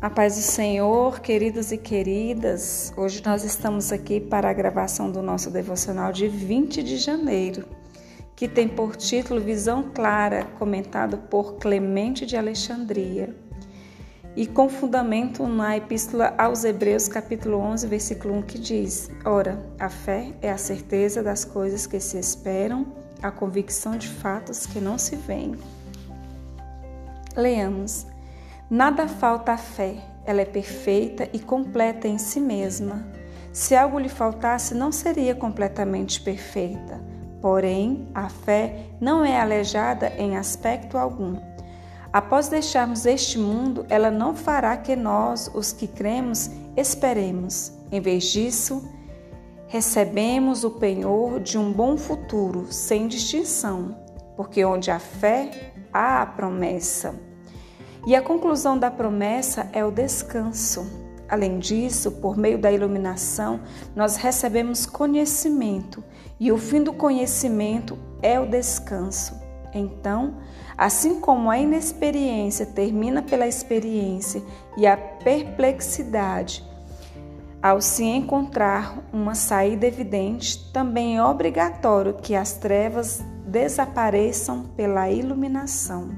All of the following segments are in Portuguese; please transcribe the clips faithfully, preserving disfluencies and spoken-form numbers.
A paz do Senhor, queridos e queridas, hoje nós estamos aqui para a gravação do nosso devocional de vinte de janeiro, que tem por título Visão Clara, comentado por Clemente de Alexandria, e com fundamento na Epístola aos Hebreus, capítulo onze, versículo um, que diz: Ora, a fé é a certeza das coisas que se esperam, a convicção de fatos que não se veem. Leamos. Nada falta à fé, ela é perfeita e completa em si mesma. Se algo lhe faltasse, não seria completamente perfeita. Porém, a fé não é aleijada em aspecto algum. Após deixarmos este mundo, ela não fará que nós, os que cremos, esperemos. Em vez disso, recebemos o penhor de um bom futuro, sem distinção, porque onde há fé, há a promessa. E a conclusão da promessa é o descanso. Além disso, por meio da iluminação, nós recebemos conhecimento, e o fim do conhecimento é o descanso. Então, assim como a inexperiência termina pela experiência e a perplexidade, ao se encontrar uma saída evidente, também é obrigatório que as trevas desapareçam pela iluminação.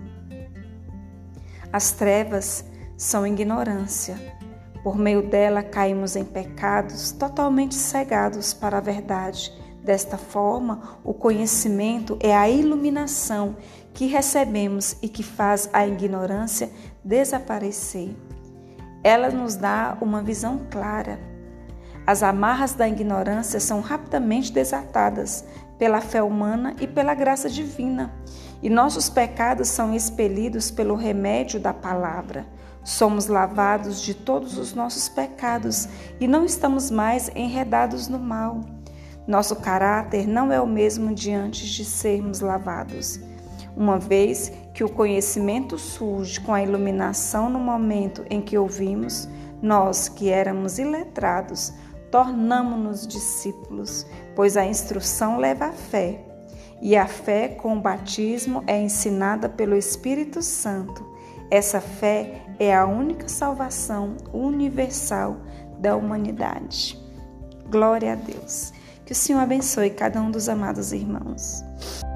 As trevas são ignorância. Por meio dela caímos em pecados totalmente cegados para a verdade. Desta forma, o conhecimento é a iluminação que recebemos e que faz a ignorância desaparecer. Ela nos dá uma visão clara. As amarras da ignorância são rapidamente desatadas pela fé humana e pela graça divina, e nossos pecados são expelidos pelo remédio da palavra. Somos lavados de todos os nossos pecados e não estamos mais enredados no mal. Nosso caráter não é o mesmo de antes de sermos lavados. Uma vez que o conhecimento surge com a iluminação no momento em que ouvimos, nós que éramos iletrados, tornamo-nos discípulos, pois a instrução leva à fé, e a fé com o batismo é ensinada pelo Espírito Santo. Essa fé é a única salvação universal da humanidade. Glória a Deus. Que o Senhor abençoe cada um dos amados irmãos.